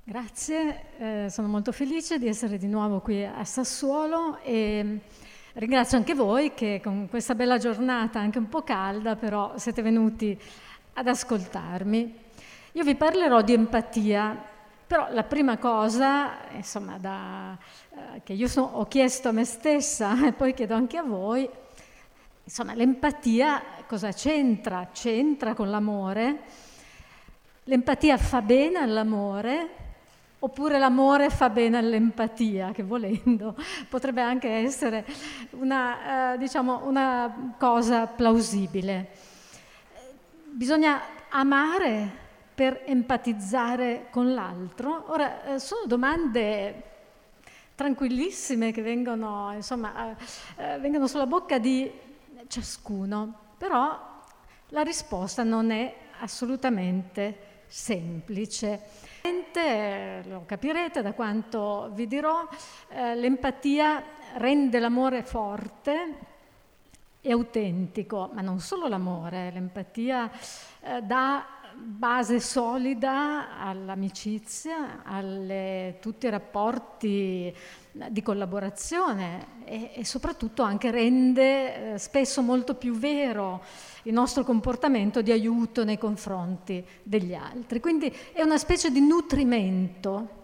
Grazie, sono molto felice di essere di nuovo qui a Sassuolo e ringrazio anche voi che con questa bella giornata, anche un po' calda, però siete venuti ad ascoltarmi. Io vi parlerò di empatia, però la prima cosa, insomma, che io ho chiesto a me stessa e poi chiedo anche a voi, insomma, l'empatia cosa c'entra? C'entra con l'amore? L'empatia fa bene all'amore? Oppure l'amore fa bene all'empatia, che volendo potrebbe anche essere una cosa plausibile. Bisogna amare per empatizzare con l'altro? Ora, sono domande tranquillissime che vengono sulla bocca di ciascuno, però la risposta non è assolutamente semplice. Lo capirete da quanto vi dirò, l'empatia rende l'amore forte e autentico, ma non solo l'amore, l'empatia dà base solida all'amicizia, tutti i rapporti di collaborazione e soprattutto anche rende spesso molto più vero il nostro comportamento di aiuto nei confronti degli altri. Quindi è una specie di nutrimento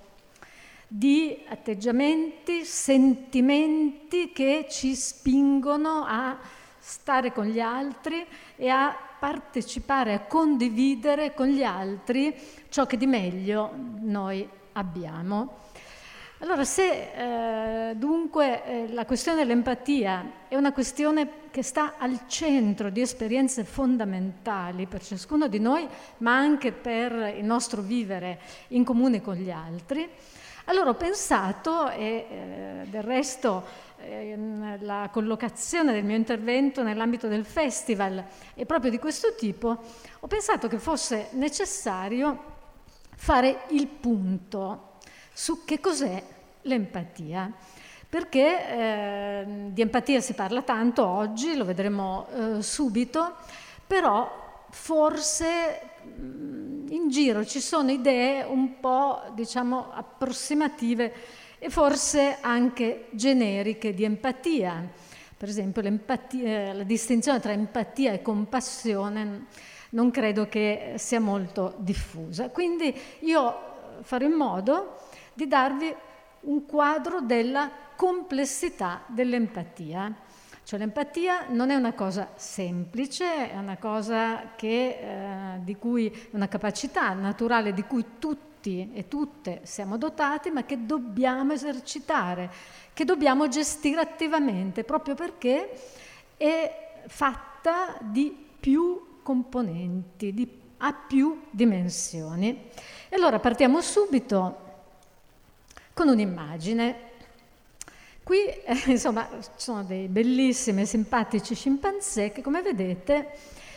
di atteggiamenti, sentimenti che ci spingono a stare con gli altri e a partecipare, a condividere con gli altri ciò che di meglio noi abbiamo. Allora, se dunque la questione dell'empatia è una questione che sta al centro di esperienze fondamentali per ciascuno di noi, ma anche per il nostro vivere in comune con gli altri, allora ho pensato, e del resto la collocazione del mio intervento nell'ambito del festival è proprio di questo tipo, ho pensato che fosse necessario fare il punto su che cos'è l'empatia, perché di empatia si parla tanto oggi, lo vedremo subito, però forse in giro ci sono idee un po', approssimative e forse anche generiche di empatia. Per esempio la distinzione tra empatia e compassione non credo che sia molto diffusa. Quindi io farò in modo di darvi un quadro della complessità dell'empatia. Cioè l'empatia non è una cosa semplice, è una cosa di cui una capacità naturale di cui tutti e tutte siamo dotati, ma che dobbiamo esercitare, che dobbiamo gestire attivamente, proprio perché è fatta di più componenti, ha più dimensioni. E allora partiamo subito con un'immagine. Qui, ci sono dei bellissimi e simpatici scimpanzé che, come vedete,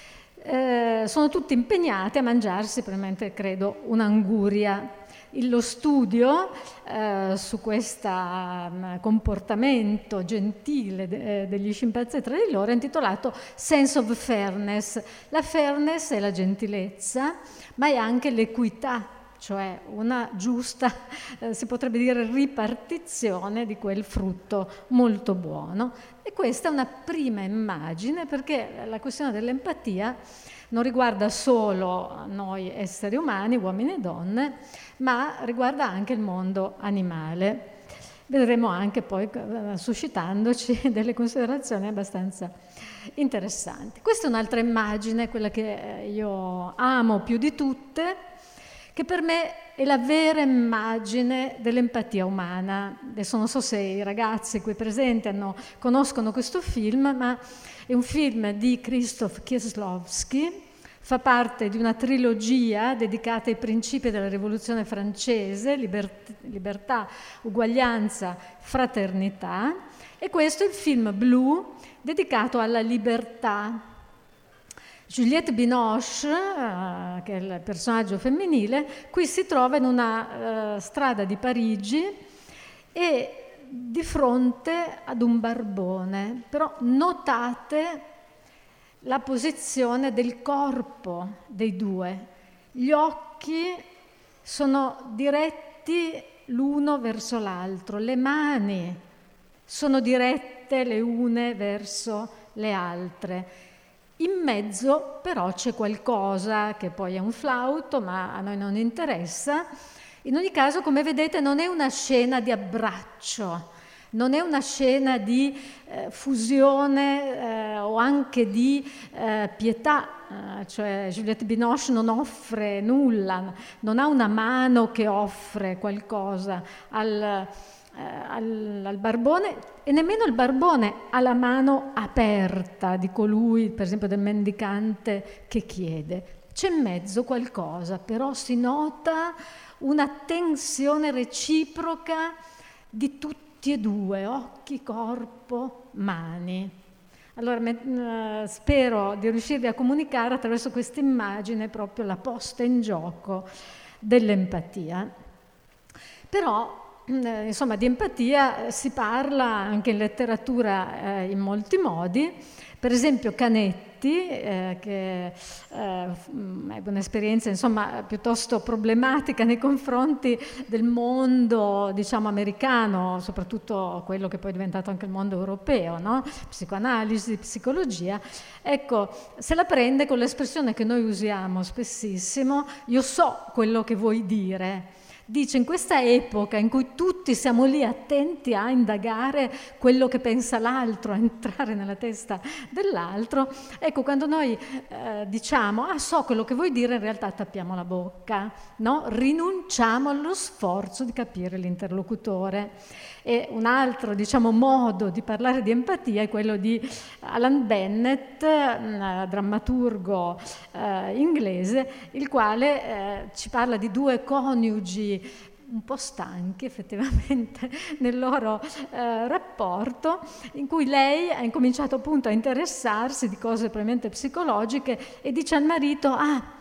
sono tutti impegnati a mangiarsi, probabilmente, credo, un'anguria. Lo studio su questo comportamento gentile degli scimpanzé tra di loro è intitolato Sense of Fairness. La fairness è la gentilezza, ma è anche l'equità, cioè una giusta, si potrebbe dire, ripartizione di quel frutto molto buono. E questa è una prima immagine, perché la questione dell'empatia non riguarda solo noi esseri umani, uomini e donne, ma riguarda anche il mondo animale. Vedremo anche poi, suscitandoci delle considerazioni abbastanza interessanti. Questa è un'altra immagine, quella che io amo più di tutte, che per me è la vera immagine dell'empatia umana. Adesso non so se i ragazzi qui presenti conoscono questo film, ma è un film di Krzysztof Kieslowski, fa parte di una trilogia dedicata ai principi della Rivoluzione francese, libertà, uguaglianza, fraternità, e questo è il film Blue, dedicato alla libertà. Juliette Binoche, che è il personaggio femminile, qui si trova in una strada di Parigi e di fronte ad un barbone. Però notate la posizione del corpo dei due. Gli occhi sono diretti diretti l'uno verso l'altro, le mani sono dirette le une verso le altre. In mezzo però c'è qualcosa che poi è un flauto, ma a noi non interessa. In ogni caso, come vedete, non è una scena di abbraccio, non è una scena di fusione o anche di pietà, cioè Juliette Binoche non offre nulla, non ha una mano che offre qualcosa al barbone, e nemmeno il barbone ha la mano aperta di colui, per esempio del mendicante che chiede. C'è in mezzo qualcosa, però si nota una tensione reciproca di tutti e due, occhi, corpo, mani. Allora spero di riuscirvi a comunicare attraverso questa immagine proprio la posta in gioco dell'empatia. Però insomma, di empatia si parla anche in letteratura in molti modi. Per esempio Canetti, che ebbe un'esperienza insomma piuttosto problematica nei confronti del mondo, diciamo, americano, soprattutto quello che poi è diventato anche il mondo europeo, no? Psicoanalisi, psicologia. Ecco, se la prende con l'espressione che noi usiamo spessissimo: io so quello che vuoi dire. Dice, in questa epoca in cui tutti siamo lì attenti a indagare quello che pensa l'altro, a entrare nella testa dell'altro, ecco, quando noi diciamo so quello che vuoi dire, in realtà tappiamo la bocca, no? Rinunciamo allo sforzo di capire l'interlocutore. E un altro, diciamo, modo di parlare di empatia è quello di Alan Bennett, un drammaturgo inglese, il quale ci parla di due coniugi un po' stanchi effettivamente nel loro rapporto, in cui lei ha incominciato appunto a interessarsi di cose probabilmente psicologiche e dice al marito: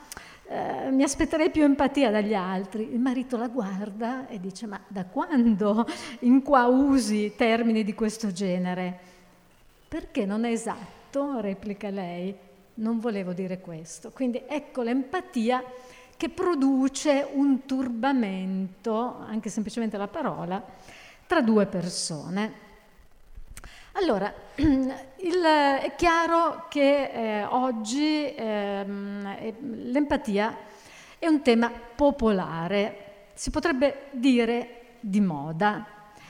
mi aspetterei più empatia dagli altri. Il marito la guarda e dice: ma da quando in qua usi termini di questo genere? Perché non è esatto, replica lei, non volevo dire questo. Quindi ecco l'empatia che produce un turbamento, anche semplicemente la parola, tra due persone. Allora, è chiaro che oggi l'empatia è un tema popolare, si potrebbe dire di moda,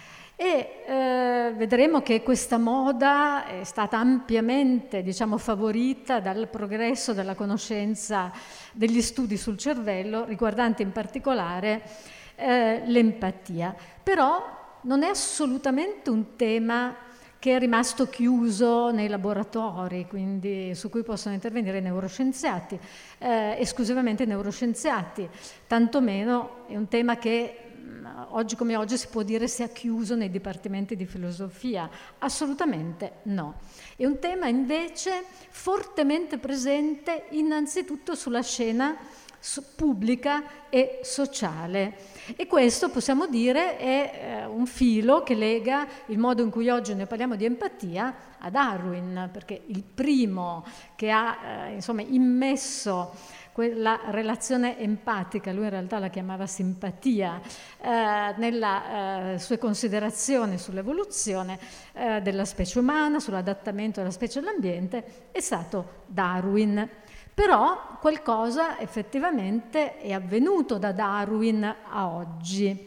e vedremo che questa moda è stata ampiamente, diciamo, favorita dal progresso della conoscenza degli studi sul cervello, riguardanti in particolare l'empatia. Però non è assolutamente un tema che è rimasto chiuso nei laboratori, quindi su cui possono intervenire i neuroscienziati, esclusivamente i neuroscienziati. Tantomeno è un tema che oggi come oggi si può dire sia chiuso nei dipartimenti di filosofia. Assolutamente no. È un tema invece fortemente presente innanzitutto sulla scena pubblica e sociale, e questo possiamo dire è un filo che lega il modo in cui oggi noi parliamo di empatia a Darwin, perché il primo che ha insomma immesso quella relazione empatica, lui in realtà la chiamava simpatia, nelle sue considerazioni sull'evoluzione della specie umana, sull'adattamento della specie all'ambiente, è stato Darwin. Però qualcosa effettivamente è avvenuto da Darwin a oggi.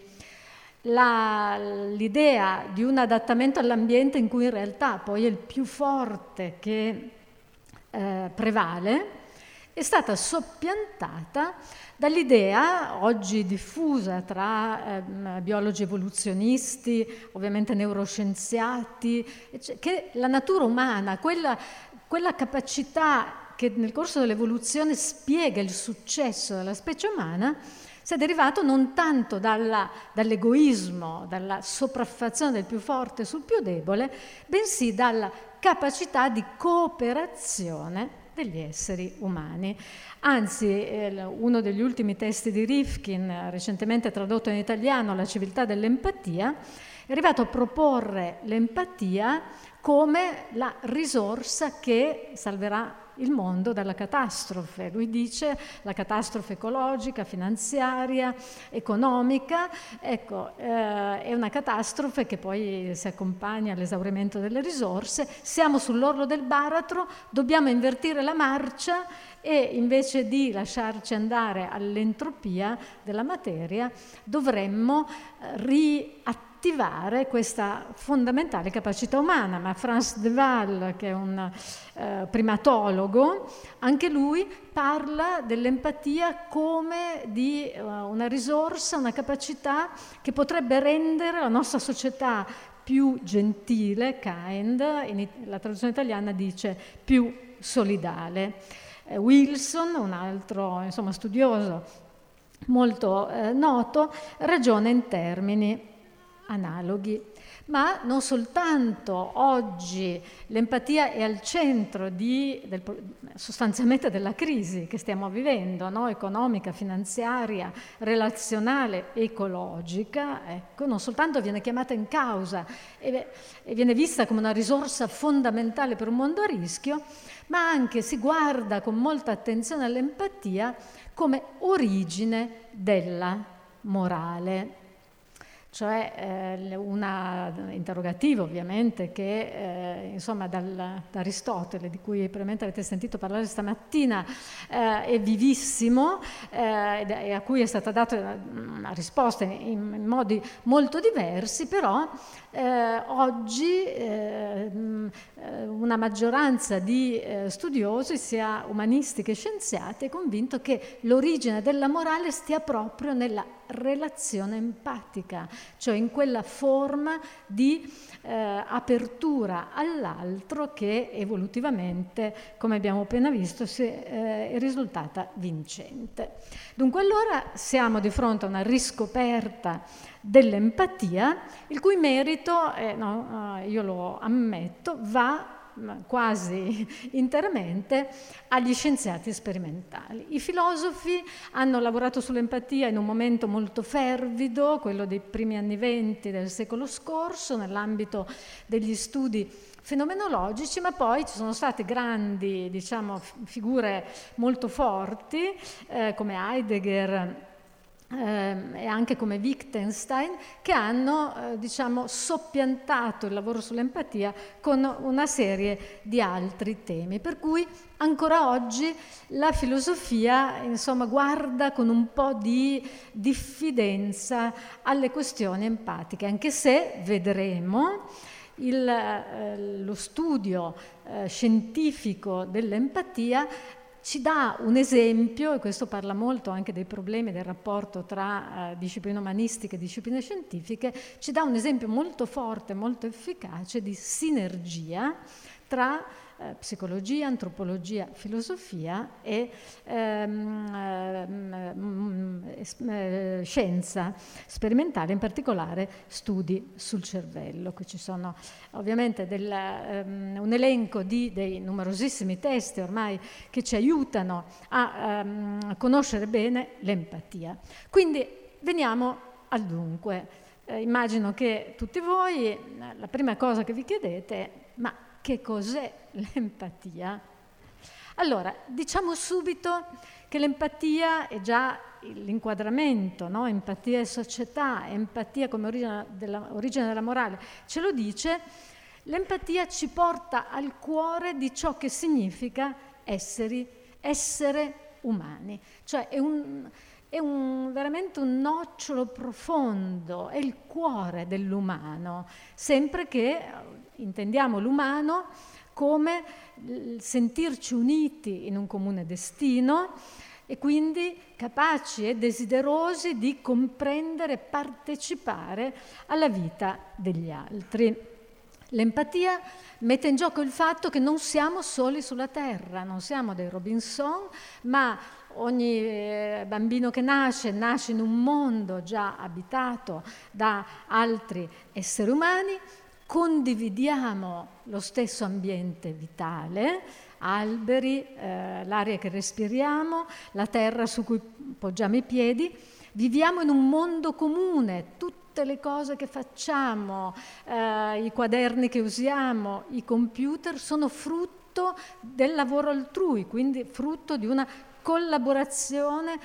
L'idea di un adattamento all'ambiente in cui in realtà poi è il più forte che prevale è stata soppiantata dall'idea oggi diffusa tra biologi evoluzionisti, ovviamente neuroscienziati, che la natura umana, quella capacità che nel corso dell'evoluzione spiega il successo della specie umana, sia derivato non tanto dall'egoismo, dalla sopraffazione del più forte sul più debole, bensì dalla capacità di cooperazione degli esseri umani. Anzi, uno degli ultimi testi di Rifkin, recentemente tradotto in italiano, La civiltà dell'empatia, è arrivato a proporre l'empatia come la risorsa che salverà il mondo dalla catastrofe. Lui dice la catastrofe ecologica, finanziaria, economica, ecco, è una catastrofe che poi si accompagna all'esaurimento delle risorse. Siamo sull'orlo del baratro, dobbiamo invertire la marcia e invece di lasciarci andare all'entropia della materia dovremmo riattivare questa fondamentale capacità umana. Ma Frans de Waal, che è un primatologo, anche lui parla dell'empatia come di una risorsa, una capacità che potrebbe rendere la nostra società più gentile, kind, la traduzione italiana dice più solidale. Wilson, un altro studioso molto noto, ragiona in termini analoghi. Ma non soltanto oggi l'empatia è al centro sostanzialmente della crisi che stiamo vivendo, no? Economica, finanziaria, relazionale, ecologica, ecco, non soltanto viene chiamata in causa e viene vista come una risorsa fondamentale per un mondo a rischio, ma anche si guarda con molta attenzione all'empatia come origine della morale. Cioè un interrogativo ovviamente che da Aristotele, di cui probabilmente avete sentito parlare stamattina, è vivissimo e a cui è stata data una risposta in modi molto diversi, però oggi una maggioranza di studiosi, sia umanisti che scienziati, è convinto che l'origine della morale stia proprio nella relazione empatica, cioè in quella forma di apertura all'altro che evolutivamente, come abbiamo appena visto, è risultata vincente. Dunque allora siamo di fronte a una riscoperta dell'empatia, il cui merito, io lo ammetto, va quasi interamente agli scienziati sperimentali. I filosofi hanno lavorato sull'empatia in un momento molto fervido, quello dei primi anni '20 del secolo scorso, nell'ambito degli studi fenomenologici, ma poi ci sono state grandi, figure molto forti come Heidegger e anche come Wittgenstein, che hanno soppiantato il lavoro sull'empatia con una serie di altri temi, per cui ancora oggi la filosofia guarda con un po' di diffidenza alle questioni empatiche, anche se vedremo lo studio scientifico dell'empatia ci dà un esempio, e questo parla molto anche dei problemi del rapporto tra discipline umanistiche e discipline scientifiche, ci dà un esempio molto forte, molto efficace di sinergia tra psicologia, antropologia, filosofia e scienza sperimentale, in particolare studi sul cervello. Qui ci sono ovviamente un elenco dei numerosissimi testi ormai che ci aiutano a conoscere bene l'empatia. Quindi veniamo al dunque. Immagino che tutti voi la prima cosa che vi chiedete è: ma che cos'è l'empatia? Allora, diciamo subito che l'empatia è già l'inquadramento, no? Empatia e società, empatia come origine della morale, ce lo dice. L'empatia ci porta al cuore di ciò che significa essere umani, cioè è veramente un nocciolo profondo, è il cuore dell'umano, sempre che intendiamo l'umano come sentirci uniti in un comune destino e quindi capaci e desiderosi di comprendere e partecipare alla vita degli altri. L'empatia mette in gioco il fatto che non siamo soli sulla Terra, non siamo dei Robinson, ma ogni bambino che nasce in un mondo già abitato da altri esseri umani, condividiamo lo stesso ambiente vitale, alberi, l'aria che respiriamo, la terra su cui poggiamo i piedi, viviamo in un mondo comune, tutte le cose che facciamo, i quaderni che usiamo, i computer sono frutto frutto del lavoro altrui, quindi frutto di una collaborazione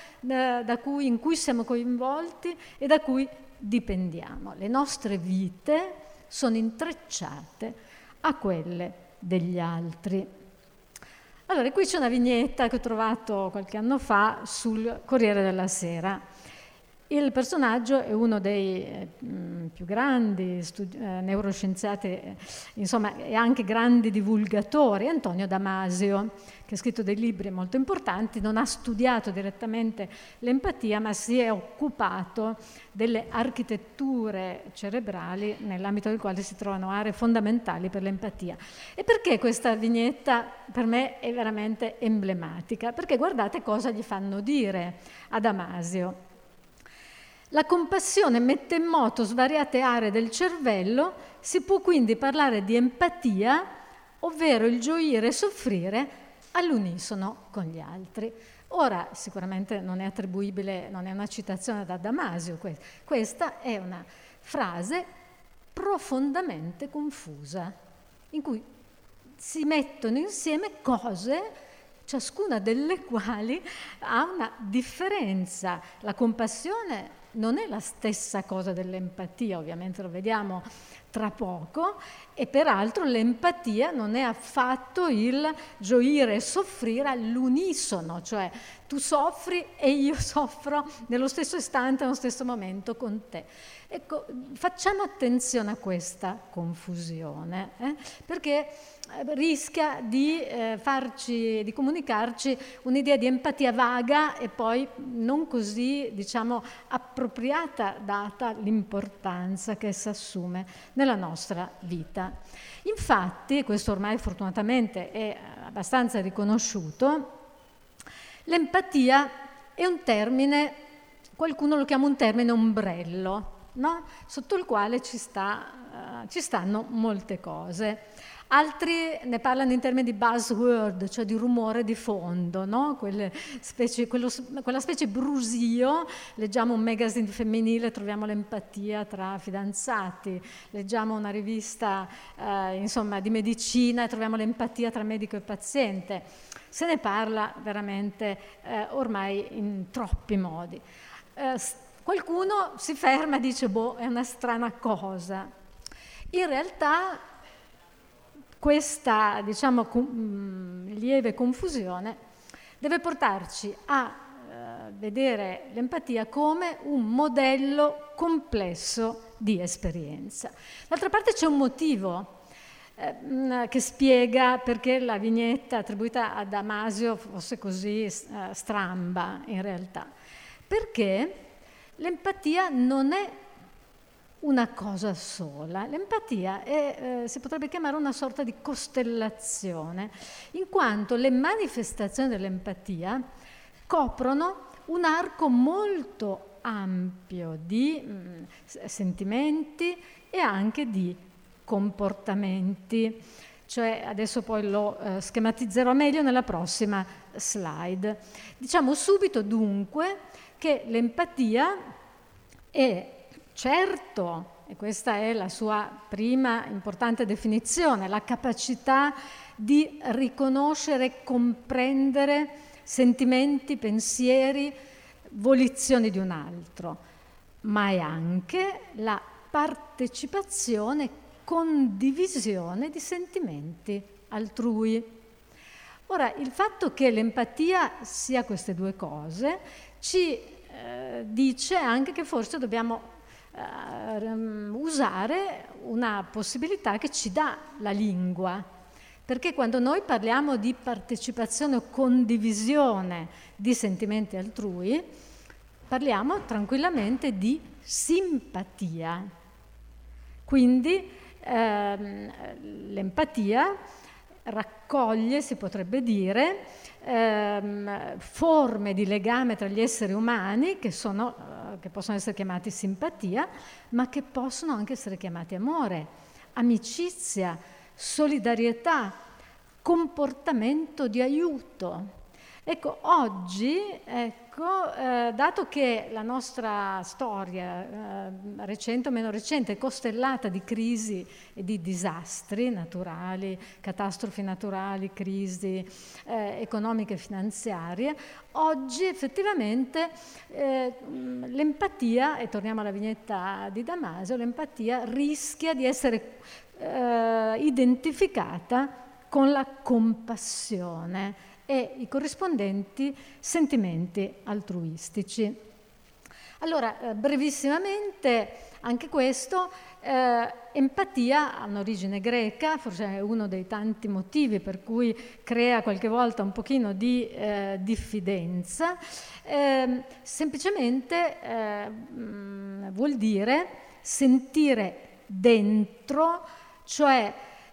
in cui siamo coinvolti e da cui dipendiamo. Le nostre vite sono intrecciate a quelle degli altri. Allora, qui c'è una vignetta che ho trovato qualche anno fa sul Corriere della Sera. Il personaggio è uno dei più grandi neuroscienziati, insomma, e anche grandi divulgatori, Antonio Damasio, che ha scritto dei libri molto importanti, non ha studiato direttamente l'empatia, ma si è occupato delle architetture cerebrali nell'ambito del quale si trovano aree fondamentali per l'empatia. E perché questa vignetta per me è veramente emblematica? Perché guardate cosa gli fanno dire a Damasio. La compassione mette in moto svariate aree del cervello, si può quindi parlare di empatia, ovvero il gioire e soffrire all'unisono con gli altri. Ora, sicuramente non è attribuibile, non è una citazione da Damasio, questa è una frase profondamente confusa, in cui si mettono insieme cose, ciascuna delle quali ha una differenza. La compassione non è la stessa cosa dell'empatia, ovviamente lo vediamo tra poco, e peraltro l'empatia non è affatto il gioire e soffrire all'unisono, cioè tu soffri e io soffro nello stesso istante, nello stesso momento con te. Ecco, facciamo attenzione a questa confusione, perché rischia di di comunicarci un'idea di empatia vaga e poi non così, diciamo, appropriata, data l'importanza che essa assume nella nostra vita. Infatti, questo ormai fortunatamente è abbastanza riconosciuto, l'empatia è un termine, qualcuno lo chiama un termine ombrello, no? Sotto il quale ci stanno molte cose. Altri ne parlano in termini di buzzword, cioè di rumore di fondo, no? Quella specie brusio. Leggiamo un magazine femminile, troviamo l'empatia tra fidanzati, leggiamo una rivista insomma, di medicina e troviamo l'empatia tra medico e paziente. Se ne parla veramente ormai in troppi modi. Qualcuno si ferma e dice, è una strana cosa. In realtà questa, diciamo, lieve confusione deve portarci a vedere l'empatia come un modello complesso di esperienza. D'altra parte c'è un motivo che spiega perché la vignetta attribuita a Damasio fosse così stramba in realtà. Perché l'empatia non è una cosa sola. L'empatia si potrebbe chiamare una sorta di costellazione, in quanto le manifestazioni dell'empatia coprono un arco molto ampio di sentimenti e anche di comportamenti. Cioè, adesso poi lo schematizzerò meglio nella prossima slide. Diciamo subito dunque che l'empatia è certo, e questa è la sua prima importante definizione, la capacità di riconoscere e comprendere sentimenti, pensieri, volizioni di un altro, ma è anche la partecipazione, condivisione di sentimenti altrui. Ora, il fatto che l'empatia sia queste due cose ci dice anche che forse dobbiamo usare una possibilità che ci dà la lingua, perché quando noi parliamo di partecipazione o condivisione di sentimenti altrui, parliamo tranquillamente di simpatia. Quindi l'empatia raccoglie, si potrebbe dire, forme di legame tra gli esseri umani che possono essere chiamati simpatia, ma che possono anche essere chiamati amore, amicizia, solidarietà, comportamento di aiuto. Ecco, oggi dato che la nostra storia, recente o meno recente, è costellata di crisi e di disastri naturali, catastrofi naturali, crisi economiche e finanziarie, oggi effettivamente l'empatia, e torniamo alla vignetta di Damasio, l'empatia rischia di essere identificata con la compassione e i corrispondenti sentimenti altruistici. Allora, brevissimamente, anche questo, empatia ha un'origine greca, forse è uno dei tanti motivi per cui crea qualche volta un pochino di diffidenza, semplicemente vuol dire sentire dentro, cioè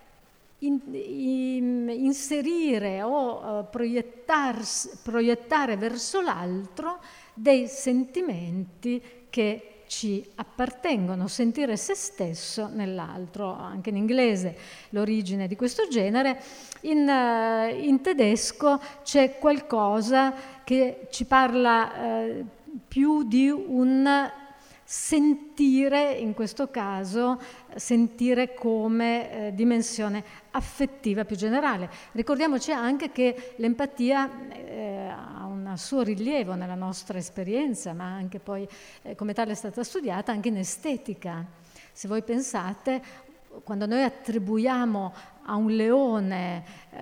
inserire o proiettare verso l'altro dei sentimenti che ci appartengono, sentire se stesso nell'altro. Anche in inglese l'origine di questo genere, in tedesco c'è qualcosa che ci parla più di un sentire, in questo caso sentire come dimensione affettiva più generale. Ricordiamoci anche che l'empatia ha un suo rilievo nella nostra esperienza, ma anche poi come tale è stata studiata anche in estetica. Se voi pensate, quando noi attribuiamo a un leone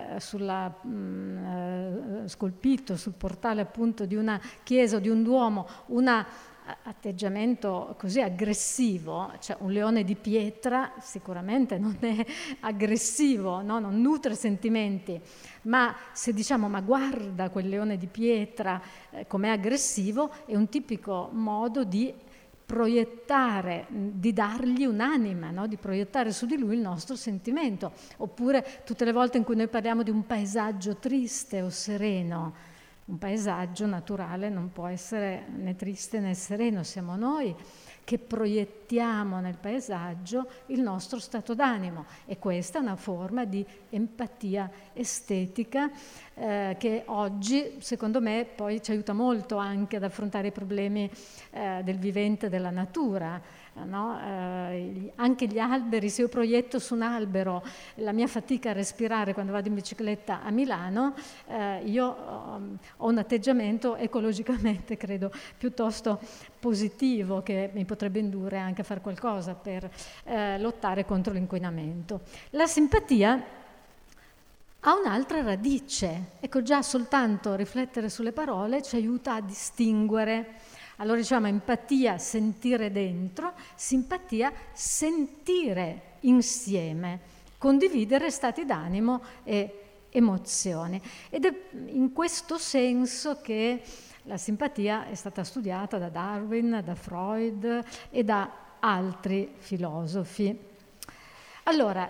scolpito sul portale appunto di una chiesa o di un duomo un atteggiamento così aggressivo, cioè un leone di pietra sicuramente non è aggressivo, no? Non nutre sentimenti, ma se diciamo ma guarda quel leone di pietra com'è aggressivo, è un tipico modo di proiettare, di dargli un'anima, no? Di proiettare su di lui il nostro sentimento. Oppure tutte le volte in cui noi parliamo di un paesaggio triste o sereno, un paesaggio naturale non può essere né triste né sereno, siamo noi che proiettiamo nel paesaggio il nostro stato d'animo, e questa è una forma di empatia estetica che oggi secondo me poi ci aiuta molto anche ad affrontare i problemi del vivente, della natura. No? Anche gli alberi, se io proietto su un albero la mia fatica a respirare quando vado in bicicletta a Milano, io ho un atteggiamento ecologicamente credo piuttosto positivo che mi potrebbe indurre anche a fare qualcosa per lottare contro l'inquinamento. La simpatia ha un'altra radice, ecco, già soltanto riflettere sulle parole ci aiuta a distinguere. Allora diciamo empatia, sentire dentro, simpatia, sentire insieme, condividere stati d'animo e emozioni. Ed è in questo senso che la simpatia è stata studiata da Darwin, da Freud e da altri filosofi. Allora,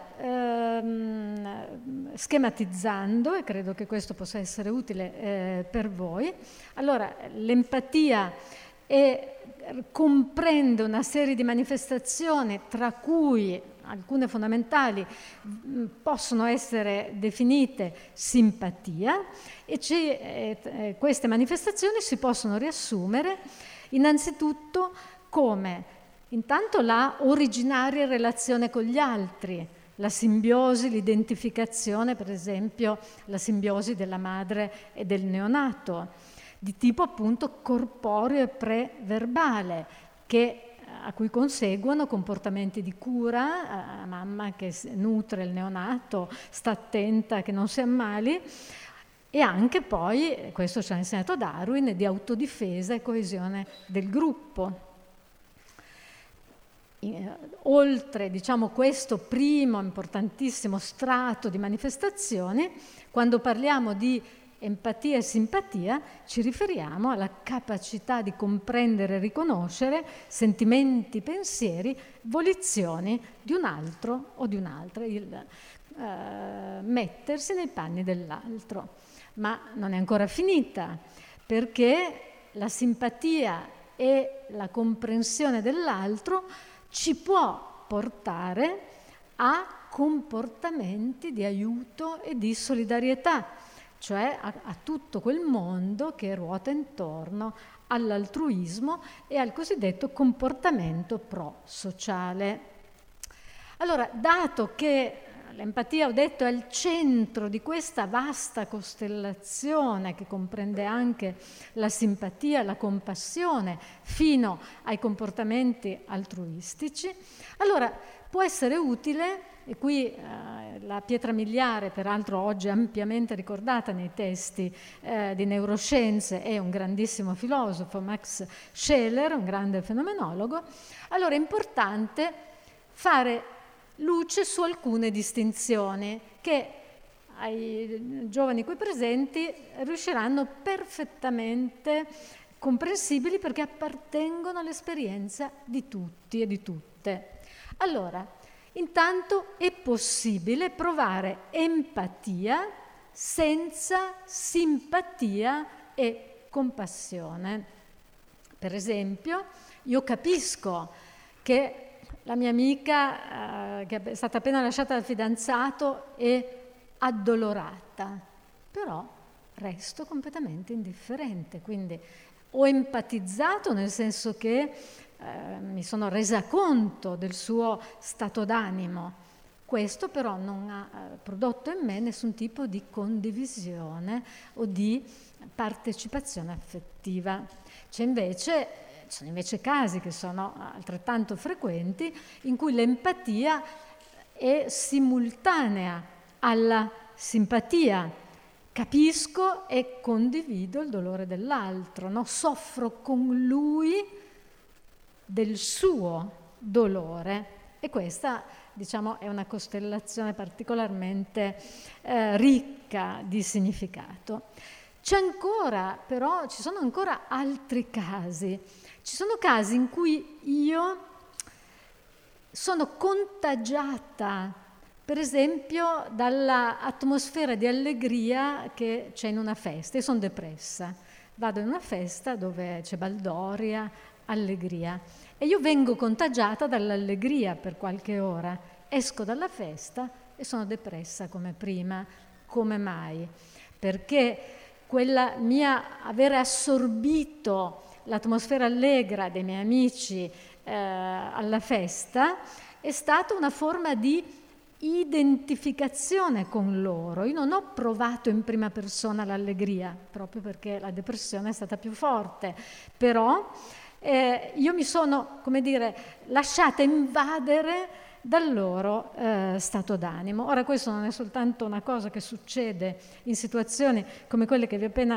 schematizzando, e credo che questo possa essere utile per voi, allora l'empatia comprende una serie di manifestazioni, tra cui alcune fondamentali possono essere definite simpatia, e queste manifestazioni si possono riassumere innanzitutto come intanto la originaria relazione con gli altri, la simbiosi, l'identificazione, per esempio la simbiosi della madre e del neonato, di tipo appunto corporeo e preverbale, a cui conseguono comportamenti di cura, la mamma che nutre il neonato, sta attenta che non si ammali, e anche poi, questo ci ha insegnato Darwin, di autodifesa e coesione del gruppo. Oltre, diciamo, questo primo importantissimo strato di manifestazioni, quando parliamo di empatia e simpatia ci riferiamo alla capacità di comprendere e riconoscere sentimenti, pensieri, volizioni di un altro o di un'altra, il mettersi nei panni dell'altro. Ma non è ancora finita, perché la simpatia e la comprensione dell'altro ci può portare a comportamenti di aiuto e di solidarietà. cioè a tutto quel mondo che ruota intorno all'altruismo e al cosiddetto comportamento pro-sociale. Allora, dato che l'empatia, ho detto, è al centro di questa vasta costellazione che comprende anche la simpatia, la compassione, fino ai comportamenti altruistici, allora può essere utile, e qui la pietra miliare, peraltro oggi ampiamente ricordata nei testi di neuroscienze, è un grandissimo filosofo, Max Scheler, un grande fenomenologo. Allora è importante fare luce su alcune distinzioni che ai giovani qui presenti riusciranno perfettamente comprensibili perché appartengono all'esperienza di tutti e di tutte. Allora, intanto è possibile provare empatia senza simpatia e compassione. Per esempio, io capisco che la mia amica, che è stata appena lasciata dal fidanzato, è addolorata, però resto completamente indifferente. Quindi ho empatizzato nel senso che mi sono resa conto del suo stato d'animo. Questo però non ha prodotto in me nessun tipo di condivisione o di partecipazione affettiva. Ci sono invece casi che sono altrettanto frequenti in cui l'empatia è simultanea alla simpatia. Capisco e condivido il dolore dell'altro, no? Soffro con lui del suo dolore, e questa, diciamo, è una costellazione particolarmente ricca di significato. Ci sono ancora altri casi. Ci sono casi in cui io sono contagiata, per esempio, dall'atmosfera di allegria che c'è in una festa. Io sono depressa, vado in una festa dove c'è baldoria, allegria, e io vengo contagiata dall'allegria per qualche ora. Esco dalla festa e sono depressa come prima. Come mai? Perché quella mia avere assorbito l'atmosfera allegra dei miei amici alla festa è stata una forma di identificazione con loro. Io non ho provato in prima persona l'allegria, proprio perché la depressione è stata più forte, però io mi sono, come dire, lasciata invadere dal loro stato d'animo. Ora, questo non è soltanto una cosa che succede in situazioni come quelle che vi ho appena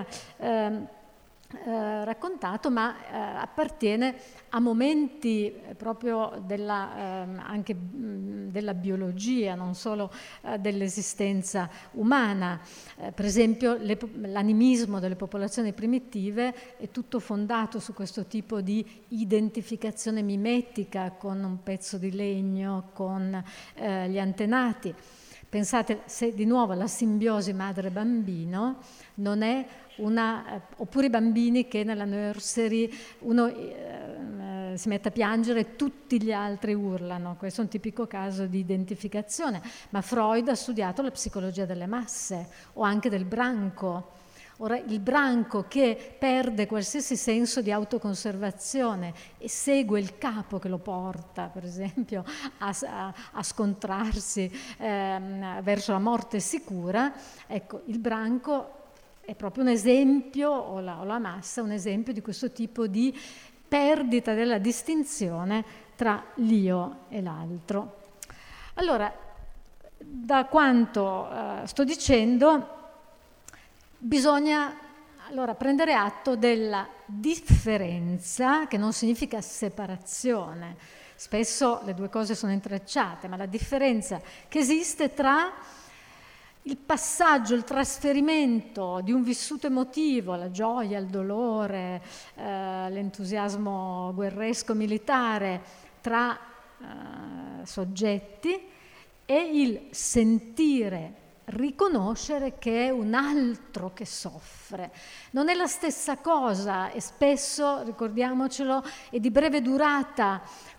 raccontato, ma appartiene a momenti proprio anche della biologia, non solo dell'esistenza umana. Per esempio, l'animismo delle popolazioni primitive è tutto fondato su questo tipo di identificazione mimetica con un pezzo di legno, con gli antenati. Pensate, se di nuovo la simbiosi madre-bambino non è oppure i bambini che nella nursery uno si mette a piangere e tutti gli altri urlano. Questo è un tipico caso di identificazione, ma Freud ha studiato la psicologia delle masse o anche del branco. Ora, il branco che perde qualsiasi senso di autoconservazione e segue il capo che lo porta, per esempio, a scontrarsi verso la morte sicura, ecco, il branco è proprio un esempio, o la massa, un esempio di questo tipo di perdita della distinzione tra l'io e l'altro. Allora, da quanto sto dicendo, bisogna allora prendere atto della differenza, che non significa separazione. Spesso le due cose sono intrecciate, ma la differenza che esiste tra il passaggio, il trasferimento di un vissuto emotivo, la gioia, il dolore, l'entusiasmo guerresco militare tra soggetti, e il sentire, riconoscere che è un altro che soffre. Non è la stessa cosa, e spesso, ricordiamocelo, è di breve durata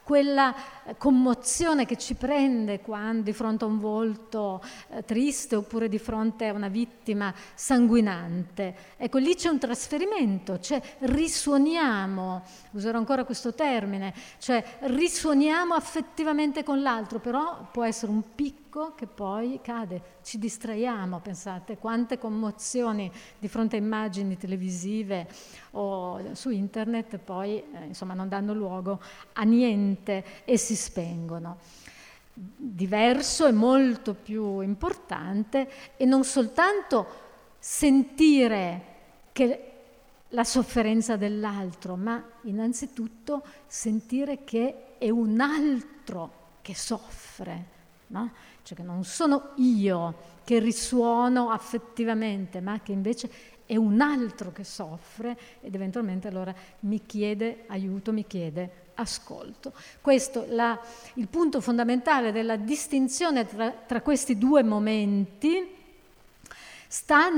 quella commozione che ci prende quando di fronte a un volto triste oppure di fronte a una vittima sanguinante. Ecco, lì c'è un trasferimento, cioè risuoniamo, userò ancora questo termine, cioè risuoniamo affettivamente con l'altro, però può essere un picco che poi cade, ci distraiamo, pensate quante commozioni di fronte a immagini televisive o su internet poi insomma non danno luogo a niente e si spengono. Diverso e molto più importante è non soltanto sentire che la sofferenza dell'altro, ma innanzitutto sentire che è un altro che soffre, no? Cioè che non sono io che risuono affettivamente, ma che invece è un altro che soffre ed eventualmente allora mi chiede aiuto, mi chiede ascolto. Questo il punto fondamentale della distinzione tra questi due momenti sta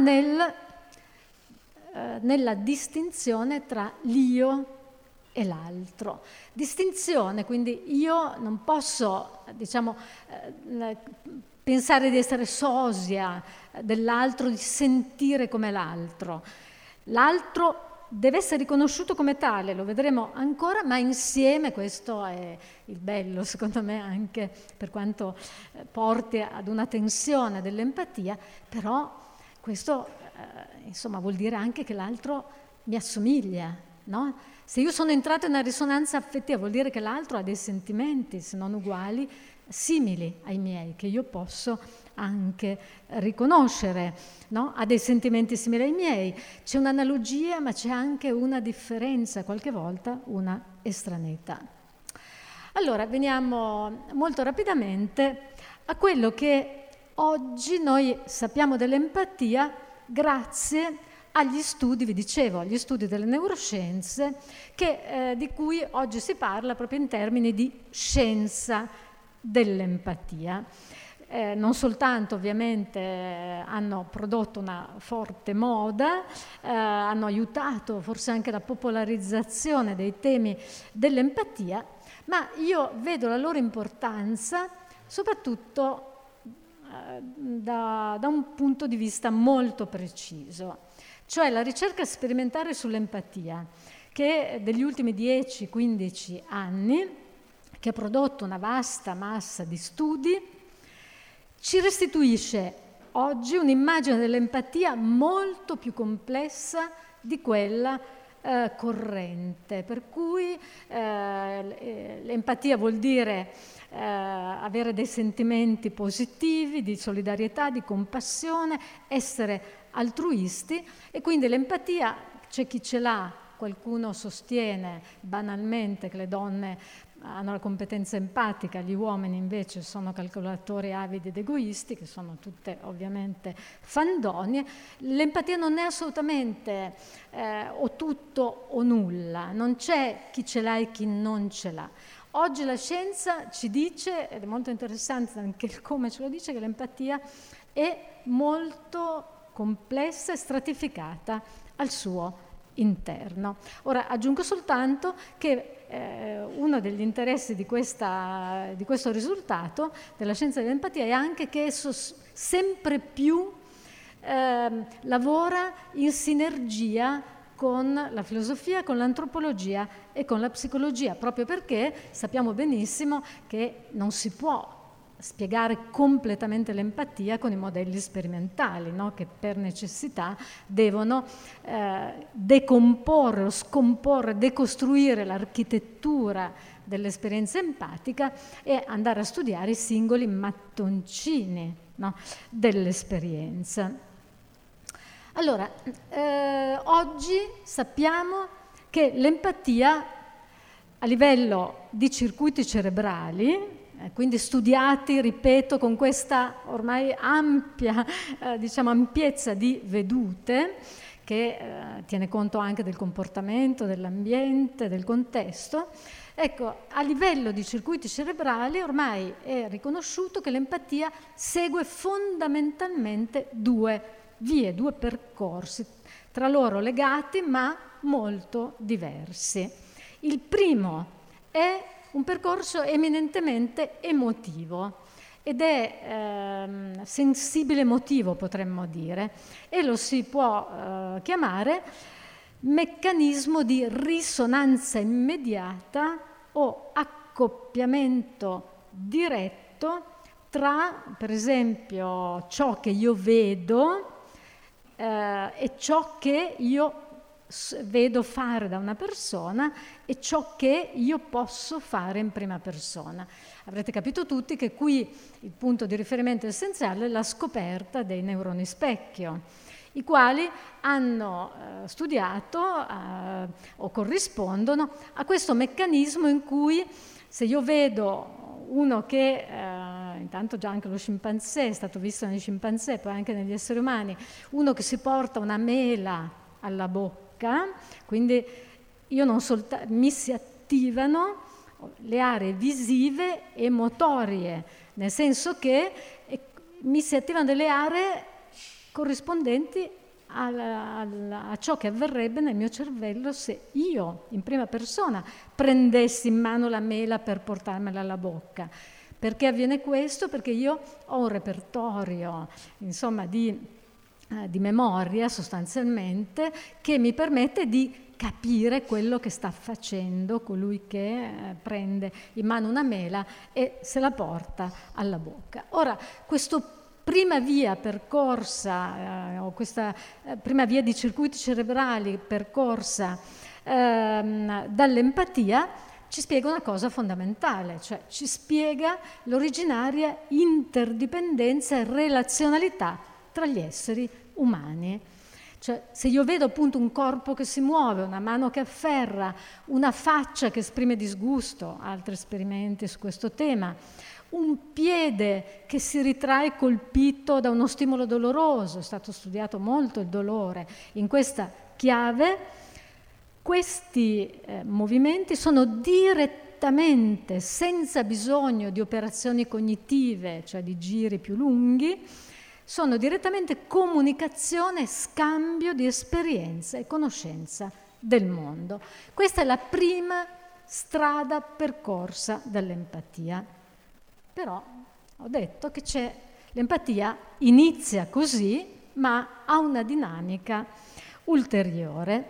nella distinzione tra l'io e l'altro. Distinzione, quindi io non posso, pensare di essere sosia dell'altro, di sentire come l'altro. L'altro deve essere riconosciuto come tale, lo vedremo ancora, ma insieme, questo è il bello secondo me anche per quanto porti ad una tensione dell'empatia, però questo insomma vuol dire anche che l'altro mi assomiglia, no? Se io sono entrata in una risonanza affettiva vuol dire che l'altro ha dei sentimenti, se non uguali, simili ai miei, che io posso anche riconoscere, no? Ha dei sentimenti simili ai miei. C'è un'analogia, ma c'è anche una differenza, qualche volta una estraneità. Allora, veniamo molto rapidamente a quello che oggi noi sappiamo dell'empatia grazie agli studi, vi dicevo, agli studi delle neuroscienze, di cui oggi si parla proprio in termini di scienza dell'empatia. Non soltanto ovviamente hanno prodotto una forte moda, hanno aiutato forse anche la popolarizzazione dei temi dell'empatia, ma io vedo la loro importanza soprattutto da un punto di vista molto preciso, cioè la ricerca sperimentale sull'empatia, che degli ultimi 10-15 anni, che ha prodotto una vasta massa di studi, ci restituisce oggi un'immagine dell'empatia molto più complessa di quella corrente, per cui l'empatia vuol dire avere dei sentimenti positivi, di solidarietà, di compassione, essere altruisti, e quindi l'empatia, c'è chi ce l'ha, qualcuno sostiene banalmente che le donne hanno la competenza empatica, gli uomini invece sono calcolatori avidi ed egoisti, che sono tutte ovviamente fandonie. L'empatia non è assolutamente o tutto o nulla, non c'è chi ce l'ha e chi non ce l'ha. Oggi la scienza ci dice, ed è molto interessante anche il come ce lo dice, che l'empatia è molto complessa e stratificata al suo interno. Ora aggiungo soltanto che uno degli interessi di questo risultato della scienza dell'empatia è anche che esso sempre più lavora in sinergia con la filosofia, con l'antropologia e con la psicologia, proprio perché sappiamo benissimo che non si può spiegare completamente l'empatia con i modelli sperimentali, no? Che per necessità devono decomporre o scomporre, decostruire l'architettura dell'esperienza empatica e andare a studiare i singoli mattoncini, no? Dell'esperienza. Allora, oggi sappiamo che l'empatia a livello di circuiti cerebrali, quindi studiati, ripeto, con questa ormai ampia, ampiezza di vedute, che tiene conto anche del comportamento, dell'ambiente, del contesto. Ecco, a livello di circuiti cerebrali ormai è riconosciuto che l'empatia segue fondamentalmente due vie, due percorsi, tra loro legati ma molto diversi. Il primo è un percorso eminentemente emotivo ed è sensibile emotivo, potremmo dire, e lo si può chiamare meccanismo di risonanza immediata o accoppiamento diretto tra, per esempio, ciò che io vedo e ciò che io vedo fare da una persona e ciò che io posso fare in prima persona. Avrete capito tutti che qui il punto di riferimento essenziale è la scoperta dei neuroni specchio, i quali hanno studiato o corrispondono a questo meccanismo in cui se io vedo uno che, intanto già anche lo scimpanzé, è stato visto nei scimpanzé, poi anche negli esseri umani, uno che si porta una mela alla bocca, quindi io non mi si attivano le aree visive e motorie, nel senso che mi si attivano delle aree corrispondenti a ciò che avverrebbe nel mio cervello se io, in prima persona, prendessi in mano la mela per portarmela alla bocca. Perché avviene questo? Perché io ho un repertorio, insomma, di memoria sostanzialmente, che mi permette di capire quello che sta facendo colui che prende in mano una mela e se la porta alla bocca. Ora, questo prima via percorsa, o questa prima via di circuiti cerebrali percorsa dall'empatia, ci spiega una cosa fondamentale, cioè ci spiega l'originaria interdipendenza e relazionalità tra gli esseri umani. Cioè, se io vedo appunto un corpo che si muove, una mano che afferra, una faccia che esprime disgusto, altri esperimenti su questo tema, un piede che si ritrae colpito da uno stimolo doloroso, è stato studiato molto il dolore in questa chiave, questi movimenti sono direttamente, senza bisogno di operazioni cognitive, cioè di giri più lunghi, sono direttamente comunicazione e scambio di esperienza e conoscenza del mondo. Questa è la prima strada percorsa dall'empatia. Però ho detto che l'empatia inizia così, ma ha una dinamica ulteriore.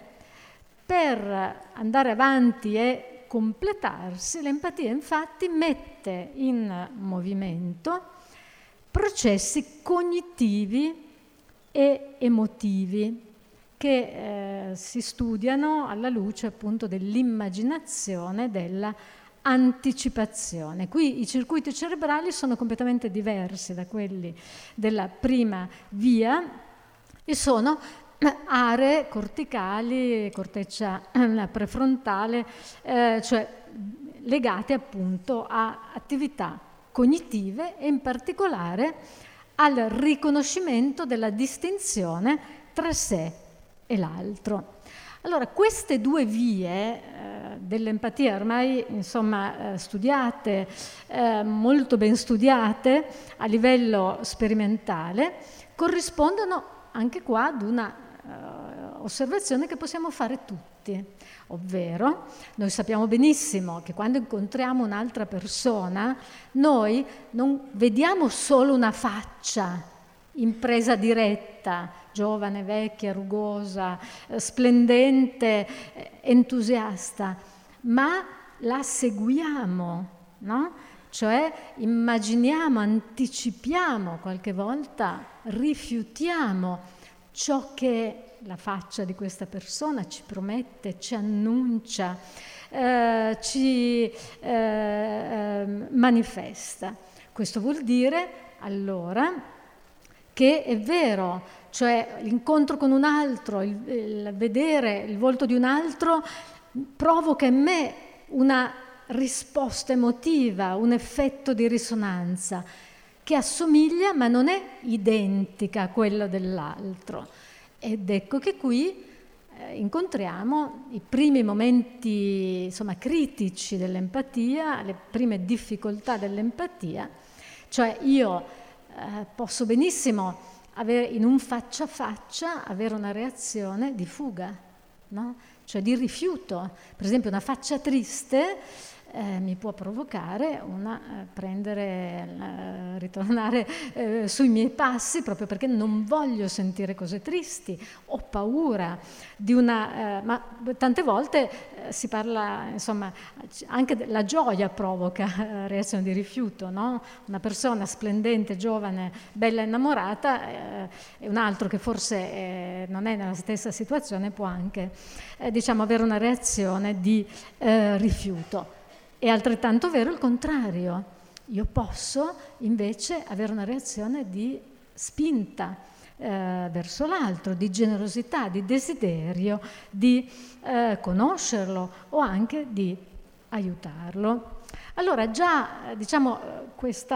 Per andare avanti e completarsi, l'empatia infatti mette in movimento processi cognitivi e emotivi che si studiano alla luce appunto dell'immaginazione, della anticipazione. Qui i circuiti cerebrali sono completamente diversi da quelli della prima via e sono aree corticali, corteccia prefrontale, cioè legate appunto a attività cognitive e in particolare al riconoscimento della distinzione tra sé e l'altro. Allora, queste due vie dell'empatia ormai insomma studiate, molto ben studiate a livello sperimentale, corrispondono anche qua ad una osservazione che possiamo fare tutti, ovvero noi sappiamo benissimo che quando incontriamo un'altra persona noi non vediamo solo una faccia in presa diretta, giovane, vecchia, rugosa, splendente, entusiasta, ma la seguiamo, no? Cioè immaginiamo, anticipiamo, qualche volta rifiutiamo ciò che la faccia di questa persona ci promette, ci annuncia, ci manifesta. Questo vuol dire allora che è vero, cioè l'incontro con un altro, il vedere il volto di un altro provoca in me una risposta emotiva, un effetto di risonanza che assomiglia ma non è identica a quello dell'altro. Ed ecco che qui incontriamo i primi momenti insomma critici dell'empatia, le prime difficoltà dell'empatia, cioè io posso benissimo avere in un faccia a faccia avere una reazione di fuga, no? Cioè di rifiuto. Per esempio una faccia triste mi può provocare ritornare sui miei passi, proprio perché non voglio sentire cose tristi, ho paura di ma tante volte si parla, insomma, anche la gioia provoca reazione di rifiuto, no? Una persona splendente, giovane, bella, innamorata, e un altro che forse non è nella stessa situazione può anche, avere una reazione di rifiuto. È altrettanto vero il contrario. Io posso invece avere una reazione di spinta verso l'altro, di generosità, di desiderio di conoscerlo o anche di aiutarlo. Allora già questo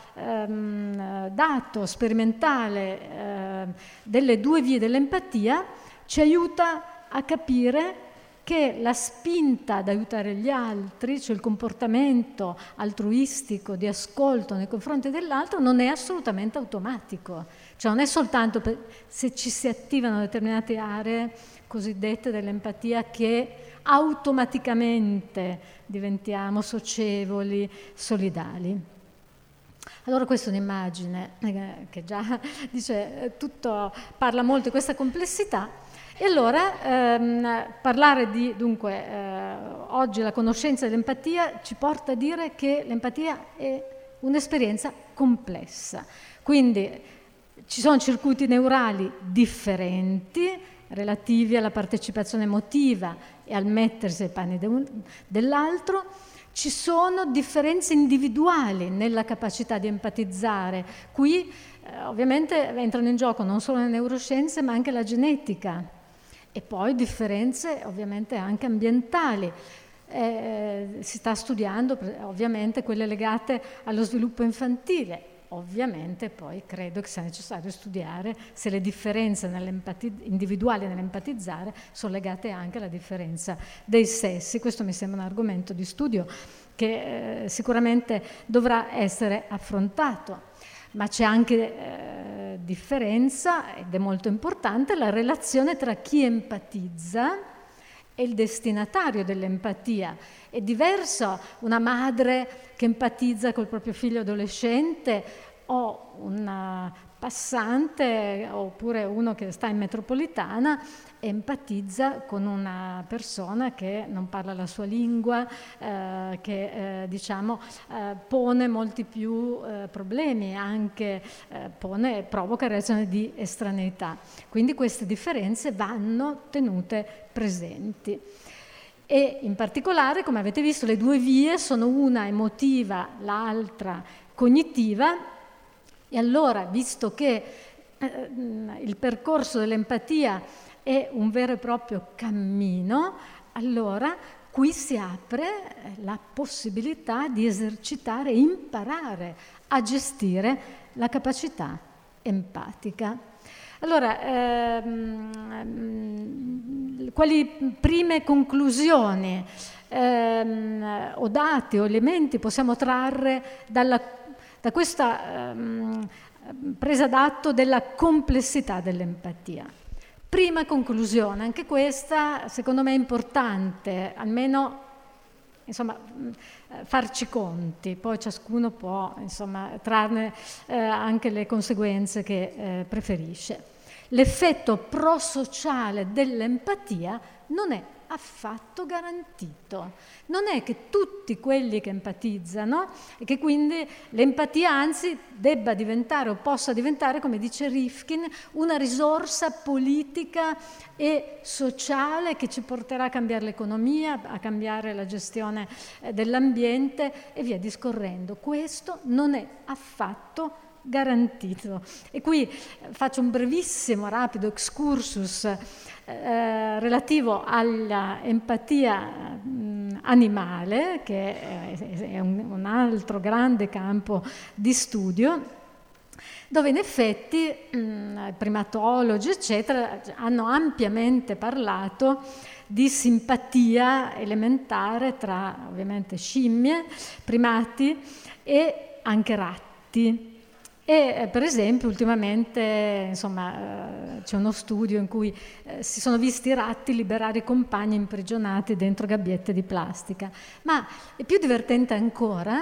dato sperimentale delle due vie dell'empatia ci aiuta a capire che la spinta ad aiutare gli altri, cioè il comportamento altruistico di ascolto nei confronti dell'altro, non è assolutamente automatico. Cioè non è soltanto se ci si attivano determinate aree cosiddette dell'empatia che automaticamente diventiamo socievoli, solidali. Allora questa è un'immagine che già dice tutto, parla molto di questa complessità. E allora parlare dunque, oggi la conoscenza dell'empatia ci porta a dire che l'empatia è un'esperienza complessa. Quindi ci sono circuiti neurali differenti relativi alla partecipazione emotiva e al mettersi ai panni dell'altro. Ci sono differenze individuali nella capacità di empatizzare. Qui ovviamente entrano in gioco non solo le neuroscienze ma anche la genetica. E poi differenze ovviamente anche ambientali. Si sta studiando ovviamente quelle legate allo sviluppo infantile. Ovviamente poi credo che sia necessario studiare se le differenze individuali nell'empatizzare sono legate anche alla differenza dei sessi. Questo mi sembra un argomento di studio che sicuramente dovrà essere affrontato. Ma c'è anche differenza, ed è molto importante, la relazione tra chi empatizza e il destinatario dell'empatia. È diverso una madre che empatizza col proprio figlio adolescente o un passante oppure uno che sta in metropolitana e empatizza con una persona che non parla la sua lingua, che pone molti più problemi, anche provoca reazioni di estraneità. Quindi queste differenze vanno tenute presenti. E in particolare, come avete visto, le due vie sono una emotiva, l'altra cognitiva. E allora, visto che il percorso dell'empatia è un vero e proprio cammino, allora qui si apre la possibilità di esercitare e imparare a gestire la capacità empatica. Allora, quali prime conclusioni o dati o elementi possiamo trarre da questa presa d'atto della complessità dell'empatia? Prima conclusione, anche questa secondo me è importante, almeno farci conti, poi ciascuno può trarne anche le conseguenze che preferisce. L'effetto prosociale dell'empatia non è affatto garantito. Non è che tutti quelli che empatizzano e che quindi l'empatia anzi debba diventare o possa diventare, come dice Rifkin, una risorsa politica e sociale che ci porterà a cambiare l'economia, a cambiare la gestione dell'ambiente e via discorrendo. Questo non è affatto garantito. E qui faccio un brevissimo, rapido excursus relativo all'empatia animale, che è un altro grande campo di studio, dove in effetti primatologi, eccetera, hanno ampiamente parlato di simpatia elementare tra ovviamente scimmie, primati e anche ratti. E per esempio ultimamente insomma, c'è uno studio in cui si sono visti i ratti liberare i compagni imprigionati dentro gabbiette di plastica. Ma è più divertente ancora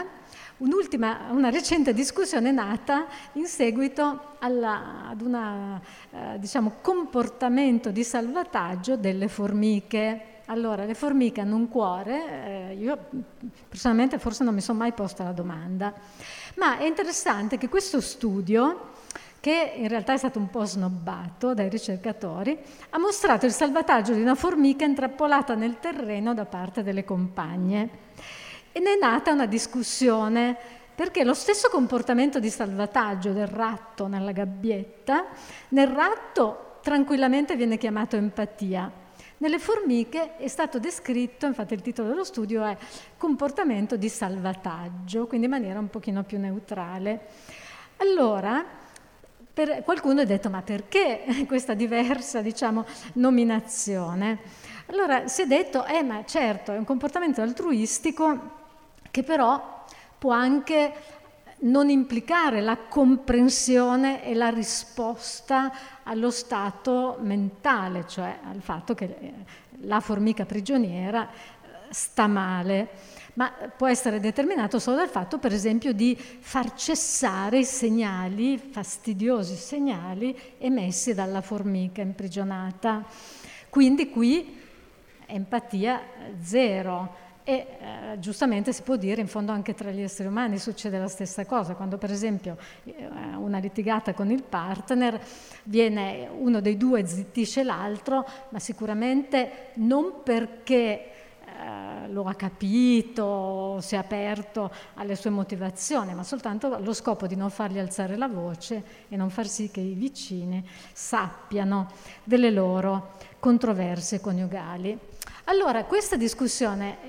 una recente discussione nata in seguito ad un comportamento di salvataggio delle formiche. Allora, le formiche hanno un cuore, io personalmente forse non mi sono mai posta la domanda, ma è interessante che questo studio, che in realtà è stato un po' snobbato dai ricercatori, ha mostrato il salvataggio di una formica intrappolata nel terreno da parte delle compagne. E ne è nata una discussione, perché lo stesso comportamento di salvataggio del ratto nella gabbietta, nel ratto tranquillamente viene chiamato empatia. Nelle formiche è stato descritto, infatti il titolo dello studio è comportamento di salvataggio, quindi in maniera un pochino più neutrale. Allora, qualcuno ha detto, ma perché questa diversa, nominazione? Allora si è detto, ma certo, è un comportamento altruistico che però può anche non implicare la comprensione e la risposta allo stato mentale, cioè al fatto che la formica prigioniera sta male, ma può essere determinato solo dal fatto, per esempio, di far cessare i segnali, fastidiosi segnali emessi dalla formica imprigionata. Quindi qui empatia zero. E giustamente si può dire, in fondo anche tra gli esseri umani succede la stessa cosa, quando per esempio una litigata con il partner, uno dei due zittisce l'altro, ma sicuramente non perché lo ha capito, si è aperto alle sue motivazioni, ma soltanto allo scopo di non fargli alzare la voce e non far sì che i vicini sappiano delle loro controversie coniugali. Allora, questa discussione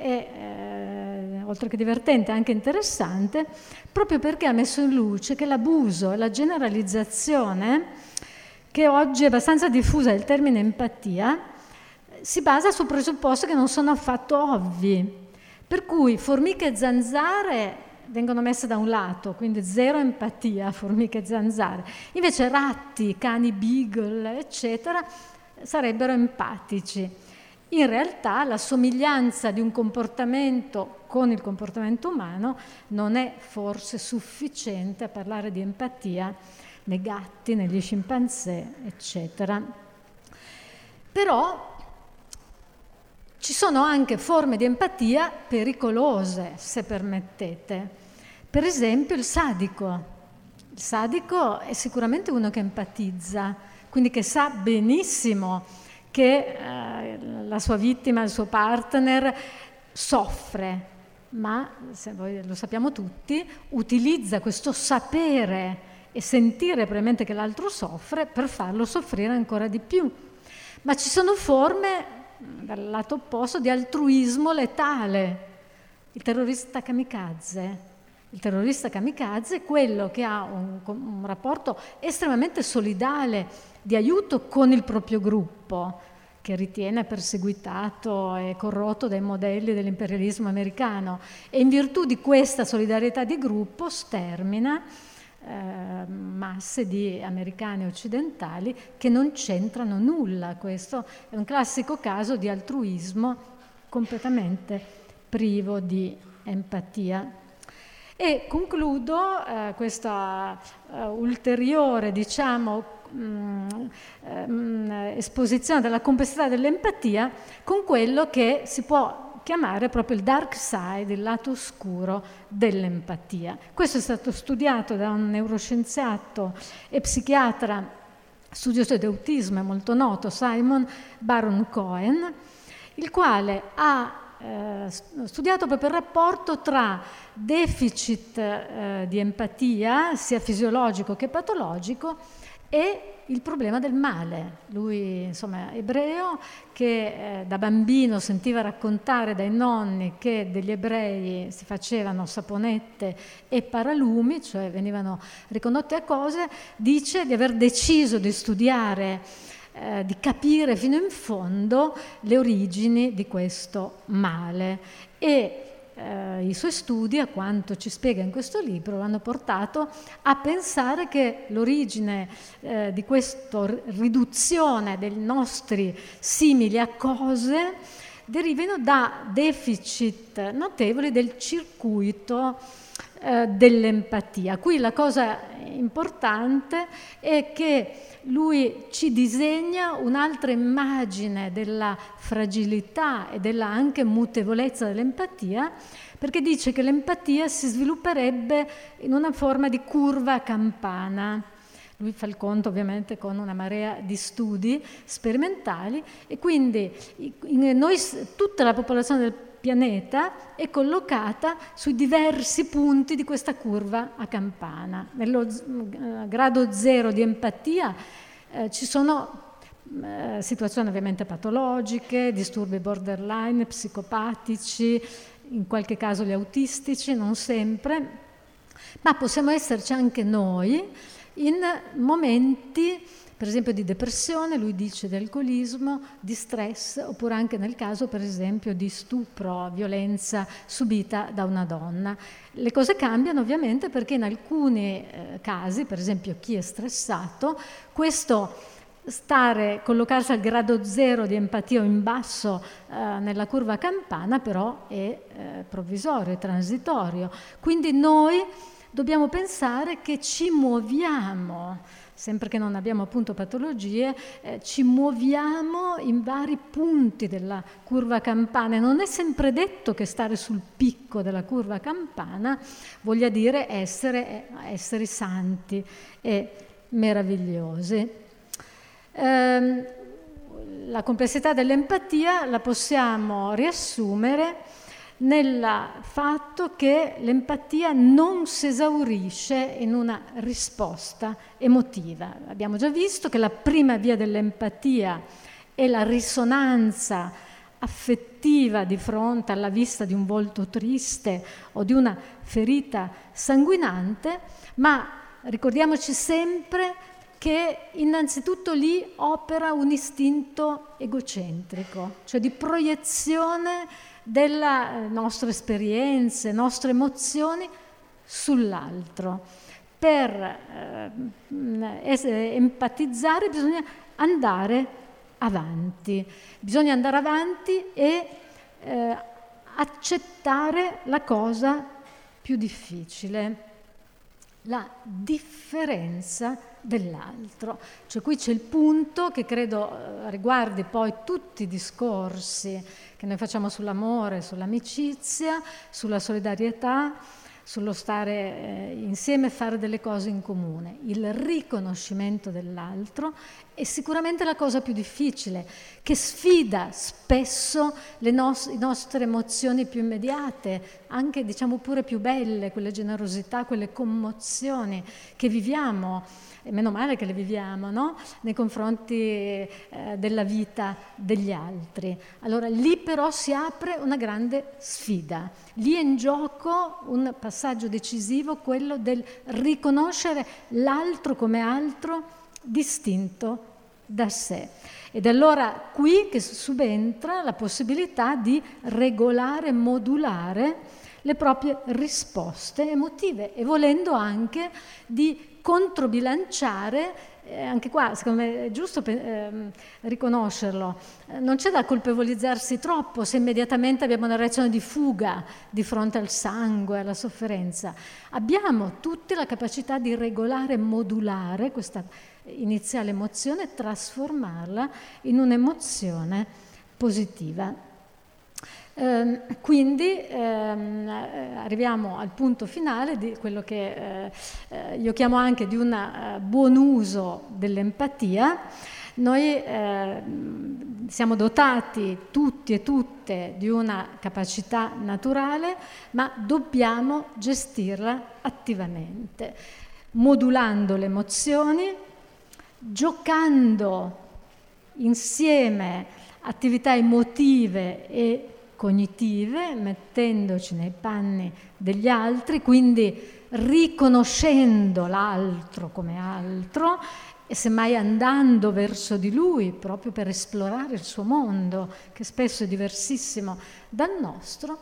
è, oltre che divertente, anche interessante, proprio perché ha messo in luce che l'abuso e la generalizzazione, che oggi è abbastanza diffusa del termine empatia, si basa sul presupposto che non sono affatto ovvi. Per cui formiche e zanzare vengono messe da un lato, quindi zero empatia, formiche e zanzare. Invece ratti, cani beagle, eccetera, sarebbero empatici. In realtà la somiglianza di un comportamento con il comportamento umano non è forse sufficiente a parlare di empatia nei gatti, negli scimpanzé, eccetera. Però ci sono anche forme di empatia pericolose, se permettete. Per esempio il sadico. Il sadico è sicuramente uno che empatizza, quindi che sa benissimo che la sua vittima, il suo partner soffre, ma, se voi lo sappiamo tutti, utilizza questo sapere e sentire probabilmente che l'altro soffre per farlo soffrire ancora di più. Ma ci sono forme, dal lato opposto, di altruismo letale. Il terrorista kamikaze. Il terrorista kamikaze è quello che ha un rapporto estremamente solidale di aiuto con il proprio gruppo, che ritiene perseguitato e corrotto dai modelli dell'imperialismo americano, e in virtù di questa solidarietà di gruppo stermina masse di americani occidentali che non c'entrano nulla. Questo è un classico caso di altruismo completamente privo di empatia. E concludo questa ulteriore, esposizione della complessità dell'empatia con quello che si può chiamare proprio il dark side, il lato oscuro dell'empatia. Questo è stato studiato da un neuroscienziato e psichiatra studioso di autismo, è molto noto, Simon Baron-Cohen, il quale ha studiato proprio il rapporto tra deficit di empatia, sia fisiologico che patologico, e il problema del male. Lui, insomma, ebreo, che da bambino sentiva raccontare dai nonni che degli ebrei si facevano saponette e paralumi, cioè venivano ricondotti a cose, dice di aver deciso di studiare, di capire fino in fondo le origini di questo male. E i suoi studi, a quanto ci spiega in questo libro, lo hanno portato a pensare che l'origine di questa riduzione dei nostri simili a cose derivino da deficit notevoli del circuito dell'empatia. Qui la cosa importante è che lui ci disegna un'altra immagine della fragilità e della anche mutevolezza dell'empatia, perché dice che l'empatia si svilupperebbe in una forma di curva a campana. Lui fa il conto ovviamente con una marea di studi sperimentali e quindi tutta la popolazione del pianeta è collocata sui diversi punti di questa curva a campana. Nello grado 0 di empatia ci sono situazioni ovviamente patologiche, disturbi borderline, psicopatici, in qualche caso gli autistici, non sempre, ma possiamo esserci anche noi in momenti, per esempio, di depressione, lui dice di alcolismo, di stress, oppure anche nel caso, per esempio, di stupro, violenza subita da una donna. Le cose cambiano ovviamente perché in alcuni casi, per esempio chi è stressato, questo collocarsi al grado 0 di empatia o in basso nella curva campana però è provvisorio, è transitorio. Quindi noi dobbiamo pensare che ci muoviamo, sempre che non abbiamo appunto patologie, ci muoviamo in vari punti della curva campana. Non è sempre detto che stare sul picco della curva campana voglia dire essere santi e meravigliosi. La complessità dell'empatia la possiamo riassumere nel fatto che l'empatia non si esaurisce in una risposta emotiva. Abbiamo già visto che la prima via dell'empatia è la risonanza affettiva di fronte alla vista di un volto triste o di una ferita sanguinante, ma ricordiamoci sempre che innanzitutto lì opera un istinto egocentrico, cioè di proiezione delle nostre esperienze, nostre emozioni sull'altro. Per empatizzare bisogna andare avanti e accettare la cosa più difficile, la differenza dell'altro. Cioè qui c'è il punto che credo riguardi poi tutti i discorsi che noi facciamo sull'amore, sull'amicizia, sulla solidarietà, sullo stare insieme e fare delle cose in comune. Il riconoscimento dell'altro è sicuramente la cosa più difficile, che sfida spesso le nostre emozioni più immediate, anche diciamo pure più belle, quelle generosità, quelle commozioni che viviamo. E meno male che le viviamo, no? Nei confronti della vita degli altri. Allora lì però si apre una grande sfida. Lì è in gioco un passaggio decisivo, quello del riconoscere l'altro come altro distinto da sé. Ed è allora qui che subentra la possibilità di regolare, modulare le proprie risposte emotive e volendo anche di controbilanciare, anche qua secondo me è giusto riconoscerlo, non c'è da colpevolizzarsi troppo se immediatamente abbiamo una reazione di fuga di fronte al sangue, alla sofferenza. Abbiamo tutti la capacità di regolare e modulare questa iniziale emozione e trasformarla in un'emozione positiva. Quindi arriviamo al punto finale di quello che io chiamo anche di un buon uso dell'empatia. Noi siamo dotati tutti e tutte di una capacità naturale, ma dobbiamo gestirla attivamente, modulando le emozioni, giocando insieme attività emotive e cognitive, mettendoci nei panni degli altri, quindi riconoscendo l'altro come altro e semmai andando verso di lui proprio per esplorare il suo mondo, che spesso è diversissimo dal nostro,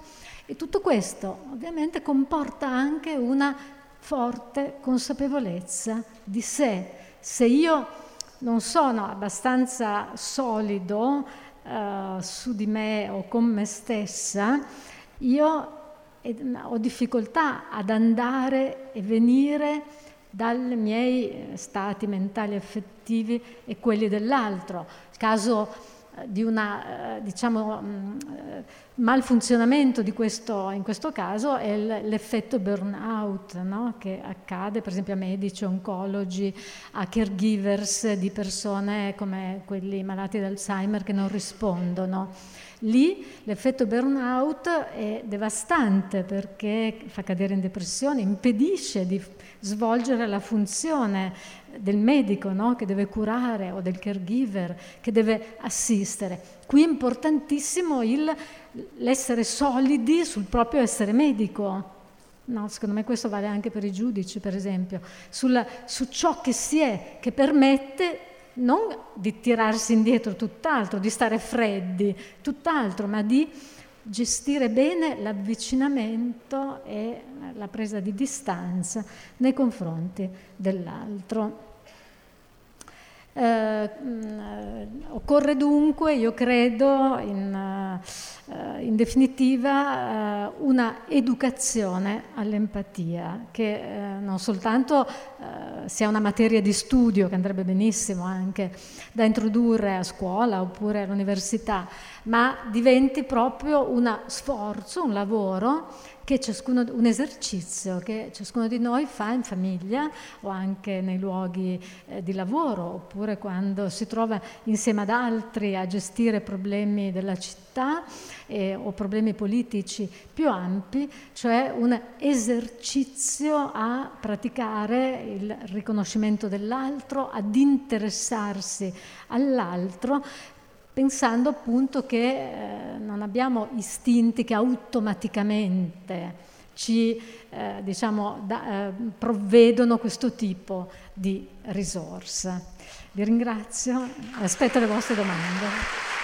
E tutto questo ovviamente comporta anche una forte consapevolezza di sé. Se io non sono abbastanza solido su di me o con me stessa, io ho difficoltà ad andare e venire dai miei stati mentali affettivi e quelli dell'altro. Il caso di una malfunzionamento in questo caso è l'effetto burnout, no? Che accade per esempio a medici, oncologi, a caregivers di persone come quelli malati di Alzheimer che non rispondono. Lì l'effetto burnout è devastante perché fa cadere in depressione, impedisce di svolgere la funzione del medico, no? Che deve curare, o del caregiver che deve assistere. Qui è importantissimo l'essere solidi sul proprio essere medico. No, secondo me questo vale anche per i giudici, per esempio, su ciò che si è, che permette non di tirarsi indietro, tutt'altro, di stare freddi, tutt'altro, ma di gestire bene l'avvicinamento e la presa di distanza nei confronti dell'altro. Occorre dunque, io credo, in definitiva, una educazione all'empatia che non soltanto sia una materia di studio, che andrebbe benissimo anche da introdurre a scuola oppure all'università, ma diventi proprio uno sforzo, un lavoro un esercizio che ciascuno di noi fa in famiglia o anche nei luoghi di lavoro, oppure quando si trova insieme ad altri a gestire problemi della città o problemi politici più ampi, cioè un esercizio a praticare il riconoscimento dell'altro, ad interessarsi all'altro, pensando appunto che non abbiamo istinti che automaticamente ci provvedono questo tipo di risorsa. Vi ringrazio e aspetto le vostre domande.